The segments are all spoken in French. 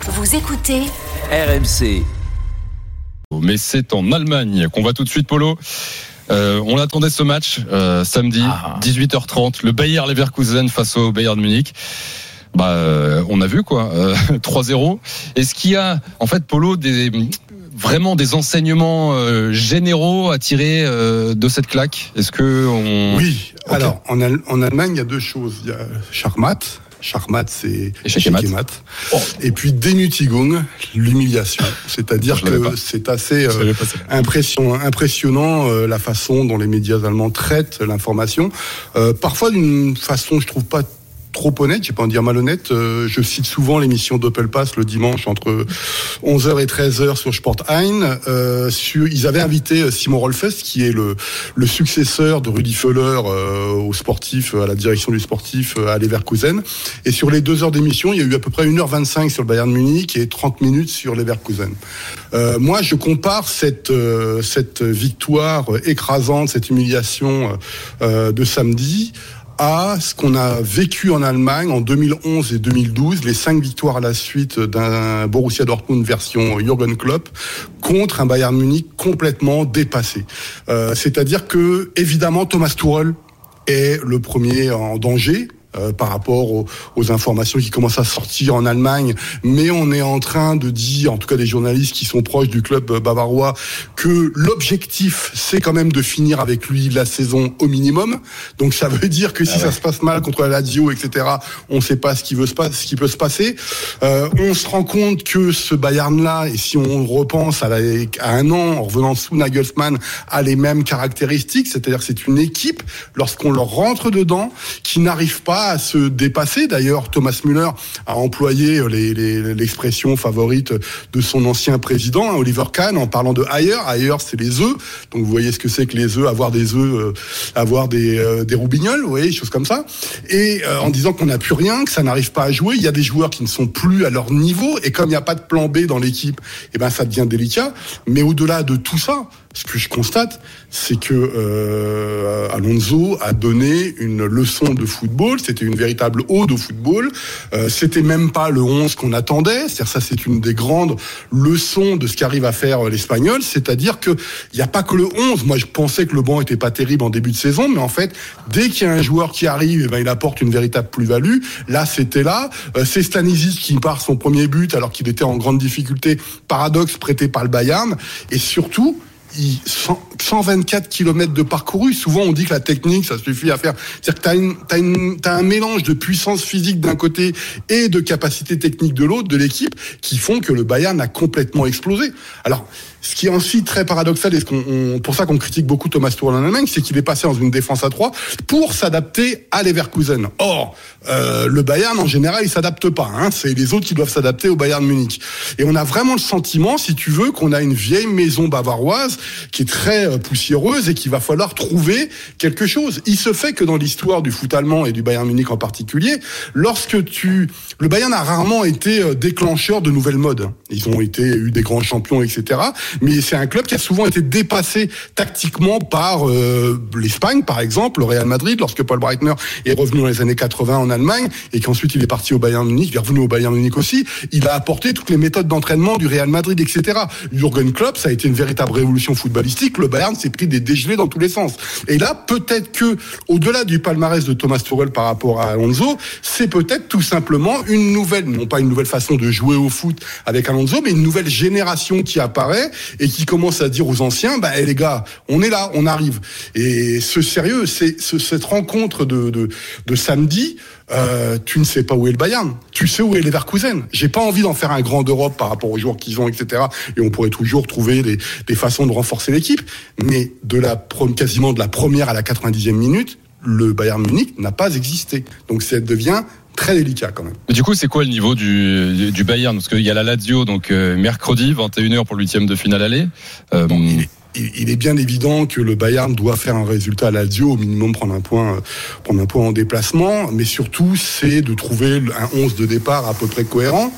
Vous écoutez RMC. Mais c'est en Allemagne qu'on va tout de suite, Polo. On attendait ce match samedi, 18h30, le Bayer Leverkusen face au Bayern de Munich. On a vu quoi, 3-0. Est-ce qu'il y a, en fait, Polo, vraiment des enseignements généraux à tirer de cette claque? Est-ce que Oui. Okay. Alors en Allemagne, il y a deux choses. Il y a Schachmat, c'est échec et mat. Et puis Demütigung, l'humiliation. C'est-à-dire que c'est assez impressionnant la façon dont les médias allemands traitent l'information. Parfois d'une façon, je trouve pas trop honnête, j'ai pas en dire malhonnête. Je cite souvent l'émission Doppelpass le dimanche entre 11h et 13h sur Sport 1. Ils avaient invité Simon Rolfes, qui est le successeur de Rudi Völler au sportif, à la direction du sportif à Leverkusen. Et sur les 2 heures d'émission, il y a eu à peu près 1h25 sur le Bayern Munich et 30 minutes sur Leverkusen. Moi, je compare cette victoire écrasante, cette humiliation de samedi à ce qu'on a vécu en Allemagne en 2011 et 2012, les 5 victoires à la suite d'un Borussia Dortmund version Jürgen Klopp contre un Bayern Munich complètement dépassé. C'est-à-dire que, évidemment, Thomas Tuchel est le premier en danger par rapport aux informations qui commencent à sortir en Allemagne, mais on est en train de dire, en tout cas des journalistes qui sont proches du club bavarois, que l'objectif c'est quand même de finir avec lui la saison au minimum. Donc ça veut dire que si ça se passe mal contre la Lazio, etc., on ne sait pas ce qui peut se passer. On se rend compte que ce Bayern-là, et si on repense à un an en revenant sous Nagelsmann, a les mêmes caractéristiques, c'est-à-dire que c'est une équipe, lorsqu'on leur rentre dedans, qui n'arrive pas à se dépasser. D'ailleurs, Thomas Müller a employé l'expression favorite de son ancien président, Oliver Kahn, en parlant de Eier. Eier, c'est les œufs. Donc, vous voyez ce que c'est que les œufs, avoir des roubignoles, vous voyez, des choses comme ça. Et en disant qu'on n'a plus rien, que ça n'arrive pas à jouer. Il y a des joueurs qui ne sont plus à leur niveau. Et comme il n'y a pas de plan B dans l'équipe, ça devient délicat. Mais au-delà de tout ça, ce que je constate, c'est que Alonso a donné une leçon de football. C'était une véritable ode au football. C'était même pas le 11 qu'on attendait. C'est-à-dire ça, c'est une des grandes leçons de ce qu'arrive à faire l'Espagnol. C'est-à-dire que il y a pas que le 11. Moi, je pensais que le banc était pas terrible en début de saison, mais en fait, dès qu'il y a un joueur qui arrive, il apporte une véritable plus-value. Là, c'était là. C'est Stanisic qui part son premier but alors qu'il était en grande difficulté. Paradoxe prêté par le Bayern. Et surtout, 124 km de parcouru. Souvent, on dit que la technique, ça suffit à faire. C'est-à-dire que t'as un mélange de puissance physique d'un côté et de capacité technique de l'autre, de l'équipe, qui font que le Bayern a complètement explosé. Alors, ce qui est aussi très paradoxal, et pour ça qu'on critique beaucoup Thomas Tuchel en Allemagne, c'est qu'il est passé dans une défense à 3 pour s'adapter à Leverkusen. Or, le Bayern, en général, il s'adapte pas. C'est les autres qui doivent s'adapter au Bayern Munich. Et on a vraiment le sentiment, si tu veux, qu'on a une vieille maison bavaroise qui est très poussiéreuse et qu'il va falloir trouver quelque chose. Il se fait que dans l'histoire du foot allemand et du Bayern Munich en particulier, le Bayern a rarement été déclencheur de nouvelles modes. Ils ont eu des grands champions, etc. Mais c'est un club qui a souvent été dépassé tactiquement par l'Espagne, par exemple, le Real Madrid, lorsque Paul Breitner est revenu dans les années 80 en Allemagne et qu'ensuite il est parti au Bayern Munich, il est revenu au Bayern Munich aussi, il a apporté toutes les méthodes d'entraînement du Real Madrid, etc. Jürgen Klopp, ça a été une véritable révolution footballistique. Le Bayern s'est pris des dégelés dans tous les sens. Et là, peut-être que, au-delà du palmarès de Thomas Tuchel par rapport à Alonso, c'est peut-être tout simplement non pas une nouvelle façon de jouer au foot avec Alonso, mais une nouvelle génération qui apparaît et qui commence à dire aux anciens, les gars, on est là, on arrive. Et ce sérieux, cette rencontre de samedi, tu ne sais pas où est le Bayern, tu sais où est Leverkusen. J'ai pas envie d'en faire un grand d'Europe par rapport aux joueurs qu'ils ont, etc. Et on pourrait toujours trouver des façons de renforcer l'équipe, mais quasiment de la première à la 90e minute, le Bayern Munich n'a pas existé. Donc ça devient très délicat quand même. Du coup, c'est quoi le niveau du Bayern? Parce qu'il y a la Lazio, donc mercredi 21h pour le 8e de finale aller. il est bien évident que le Bayern doit faire un résultat à la Lazio, au minimum prendre un point en déplacement, mais surtout c'est de trouver un 11 de départ à peu près cohérent.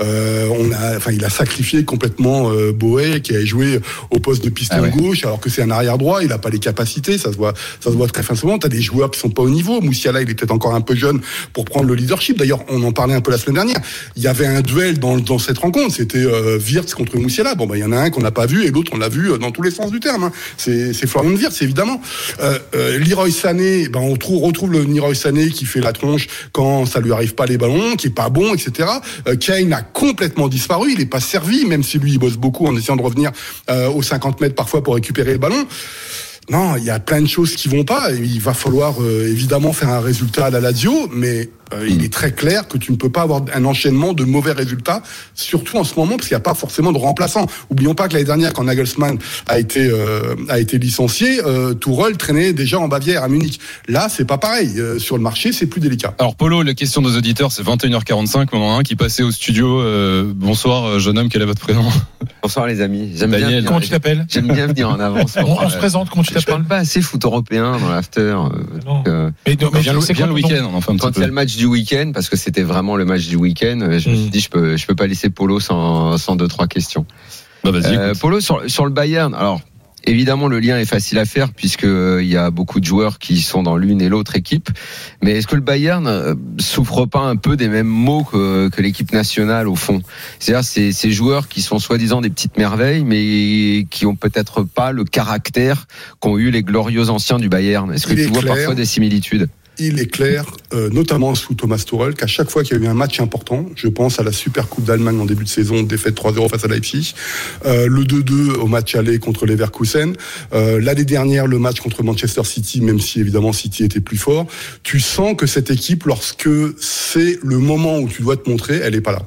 Il a sacrifié complètement Boé qui a joué au poste de piston gauche, alors que c'est un arrière droit, il a pas les capacités, ça se voit très facilement. T'as des joueurs qui sont pas au niveau. Moussiala, il est peut-être encore un peu jeune pour prendre le leadership. D'ailleurs, on en parlait un peu la semaine dernière. Il y avait un duel dans cette rencontre, c'était Wirtz contre Moussiala. Bon, il y en a un qu'on n'a pas vu et l'autre on l'a vu dans tous les sens du terme. Hein. C'est Florian Wirtz, évidemment. Leroy Sané, on retrouve le Leroy Sané qui fait la tronche quand ça lui arrive pas les ballons, qui est pas bon, etc. Kane a complètement disparu, il est pas servi, même si lui il bosse beaucoup en essayant de revenir aux 50 mètres parfois pour récupérer le ballon. Non, il y a plein de choses qui vont pas. Il va falloir évidemment faire un résultat à la Lazio, mais il est très clair que tu ne peux pas avoir un enchaînement de mauvais résultats, surtout en ce moment, parce qu'il n'y a pas forcément de remplaçant. Oublions pas que l'année dernière, quand Nagelsmann a été licencié, Tuchel traînait déjà en Bavière, à Munich. Là, c'est pas pareil. Sur le marché, c'est plus délicat. Alors, Polo, la question de nos auditeurs, c'est 21h45. On en a un qui passait au studio. Bonsoir, jeune homme, quel est votre prénom? Bonsoir, les amis. Daniel. Comment tu t'appelles? J'aime bien venir en avance. On se présente, comment tu t'appelles? Je parle pas assez foot européen dans l'after. Mais viens le week-end, on en fait un petit peu. Quand il y a le match du week-end, parce que c'était vraiment le match du week-end, je me suis dit, je peux pas laisser Polo sans 2-3 questions. Bah, vas-y, Polo, sur le Bayern, alors, évidemment, le lien est facile à faire puisque il y a beaucoup de joueurs qui sont dans l'une et l'autre équipe. Mais est-ce que le Bayern souffre pas un peu des mêmes maux que l'équipe nationale au fond? C'est-à-dire ces joueurs qui sont soi-disant des petites merveilles, mais qui ont peut-être pas le caractère qu'ont eu les glorieux anciens du Bayern. Est-ce que tu vois parfois des similitudes? Il est clair, notamment sous Thomas Tuchel, qu'à chaque fois qu'il y a eu un match important, je pense à la Super Coupe d'Allemagne en début de saison, défaite 3-0 face à Leipzig, le 2-2 au match aller contre Leverkusen, l'année dernière le match contre Manchester City, même si évidemment City était plus fort, tu sens que cette équipe, lorsque c'est le moment où tu dois te montrer, elle est pas là.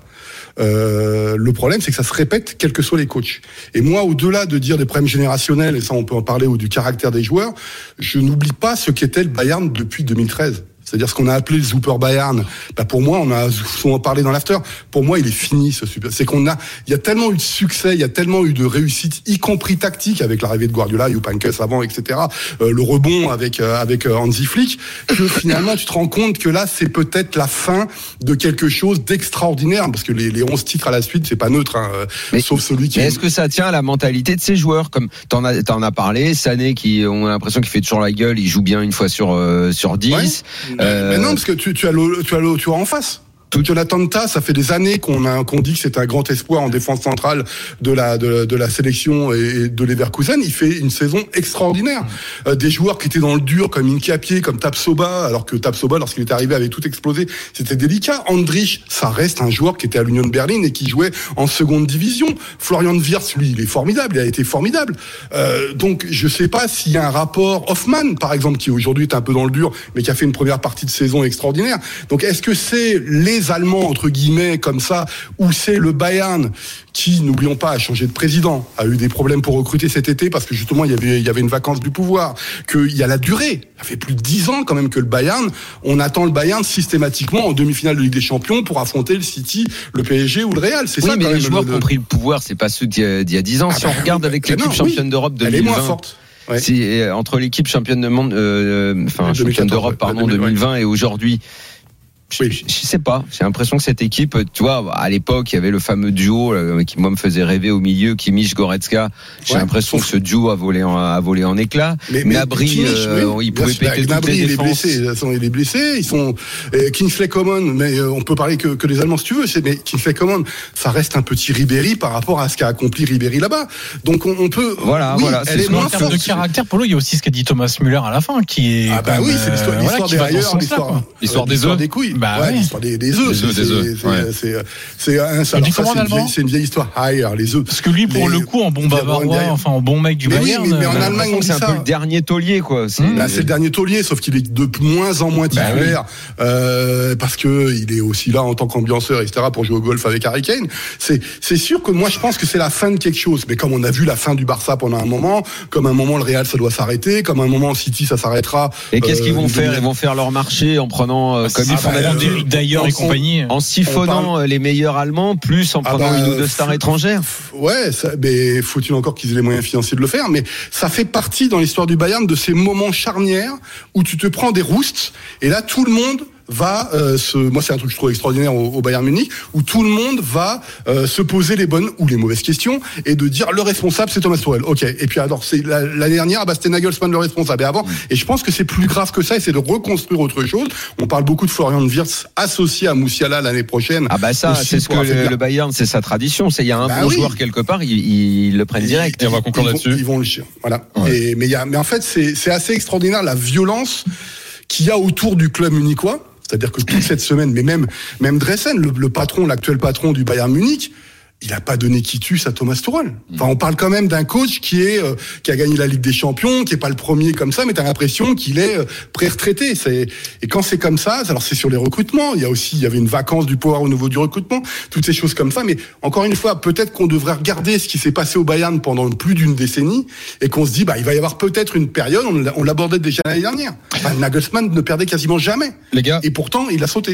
Le problème, c'est que ça se répète, quels que soient les coachs. Et moi, au-delà de dire des problèmes générationnels, et ça on peut en parler, ou du caractère des joueurs, je n'oublie pas ce qu'était le Bayern depuis 2013. C'est-à-dire ce qu'on a appelé le Super Bayern. Pour moi, on a souvent parlé dans l'after. Pour moi, il est fini ce super. C'est il y a tellement eu de succès, il y a tellement eu de réussite, y compris tactique avec l'arrivée de Guardiola, Jupp Heynckes avant, etc. Le rebond avec Hansi Flick, que finalement tu te rends compte que là, c'est peut-être la fin de quelque chose d'extraordinaire, parce que les 11 titres à la suite, c'est pas neutre, hein, sauf celui qui. Mais est-ce que ça tient à la mentalité de ces joueurs, comme t'en as parlé, Sané qui on a l'impression qu'il fait toujours la gueule, il joue bien une fois sur 10. Ouais. Mais non, parce que tu as en face. Jonathan Tah, ça fait des années qu'on dit que c'est un grand espoir en défense centrale de la sélection et de Leverkusen. Il fait une saison extraordinaire. Des joueurs qui étaient dans le dur, comme Hincapié, comme Tapsoba, alors que Tapsoba, lorsqu'il est arrivé, avait tout explosé. C'était délicat. Andrich, ça reste un joueur qui était à l'Union Berlin et qui jouait en seconde division. Florian Wirtz, lui, il est formidable. Il a été formidable. Donc, je sais pas s'il y a un rapport Hoffmann, par exemple, qui aujourd'hui est un peu dans le dur, mais qui a fait une première partie de saison extraordinaire. Donc, est-ce que c'est les Allemands, entre guillemets, comme ça, ou c'est le Bayern qui, n'oublions pas, a changé de président, a eu des problèmes pour recruter cet été parce que justement il y avait une vacance du pouvoir, qu'il y a la durée. Ça fait plus de 10 ans quand même que le Bayern, on attend le Bayern systématiquement en demi-finale de Ligue des Champions pour affronter le City, le PSG ou le Real. C'est ça. Mais les joueurs qui ont pris le pouvoir, c'est pas ceux d'il y a 10 ans. Si on regarde avec l'équipe championne d'Europe 2020, elle est moins forte. Ouais. Si, entre l'équipe championne de monde, championne d'Europe, 2020 et aujourd'hui. Je sais pas. J'ai l'impression que cette équipe, tu vois, à l'époque, il y avait le fameux duo qui moi me faisait rêver au milieu, Kimmich-Goretzka. J'ai l'impression que ce duo a volé en éclats. Mais Gnabry, il pouvait péter toutes les défenses. Il est blessé. Ils sont Kingsley Coman, mais on peut parler que des Allemands si tu veux. Mais Kingsley Coman, ça reste un petit Ribéry par rapport à ce qu'a accompli Ribéry là-bas. Donc on peut. Voilà. Elle est moins forte. De caractère, pour lui, il y a aussi ce qu'a dit Thomas Müller à la fin, qui est. Ah bah oui, c'est l'histoire des railleurs, l'histoire des œufs, des couilles. L'histoire des œufs. C'est une vieille histoire. Les œufs. Parce que lui, pour le coup, en bon bavarois, en bon mec du Bayern. Mais en Allemagne, c'est un peu le dernier taulier, quoi. C'est le dernier taulier, sauf qu'il est de moins en moins titulaire, parce que il est aussi là en tant qu'ambianceur, etc., pour jouer au golf avec Harry Kane. C'est sûr que moi, je pense que c'est la fin de quelque chose. Mais comme on a vu la fin du Barça pendant un moment, comme un moment le Real, ça doit s'arrêter, comme un moment City, ça s'arrêtera. Et qu'est-ce qu'ils vont faire? Ils vont faire leur marché en prenant, comme ils font d'habitude. Laurent Déric d'ailleurs et compagnie. En siphonnant les meilleurs Allemands, plus en prenant une ou deux stars étrangères. Ouais, mais faut-il encore qu'ils aient les moyens financiers de le faire, mais ça fait partie dans l'histoire du Bayern de ces moments charnières où tu te prends des roustes, et là tout le monde va moi c'est un truc que je trouve extraordinaire au Bayern Munich, où tout le monde va se poser les bonnes ou les mauvaises questions et de dire le responsable c'est Thomas Tuchel. Ok. Et puis alors c'est l'année dernière, c'était Nagelsmann le responsable. Et avant, et je pense que c'est plus grave que ça, et c'est de reconstruire autre chose. On parle beaucoup de Florian Wirtz associé à Moussiala l'année prochaine. Ah bah ça, c'est ce que le Bayern, c'est sa tradition. C'est il y a un joueur quelque part, ils le prennent direct. Et on va conclure là-dessus. Ils vont le chier. Voilà. Ouais. Mais en fait c'est assez extraordinaire la violence qu'il y a autour du club munichois. C'est-à-dire que toute cette semaine, mais même Dressen, le patron, l'actuel patron du Bayern Munich, il n'a pas donné quitus à Thomas Tuchel. Enfin, on parle quand même d'un coach qui a gagné la Ligue des Champions, qui est pas le premier comme ça, mais t'as l'impression qu'il est pré-retraité. Et quand c'est comme ça, alors c'est sur les recrutements. Il y avait une vacance du pouvoir au niveau du recrutement, toutes ces choses comme ça. Mais encore une fois, peut-être qu'on devrait regarder ce qui s'est passé au Bayern pendant plus d'une décennie et qu'on se dit, il va y avoir peut-être une période, on l'abordait déjà l'année dernière. Nagelsmann ne perdait quasiment jamais. Les gars. Et pourtant, il a sauté.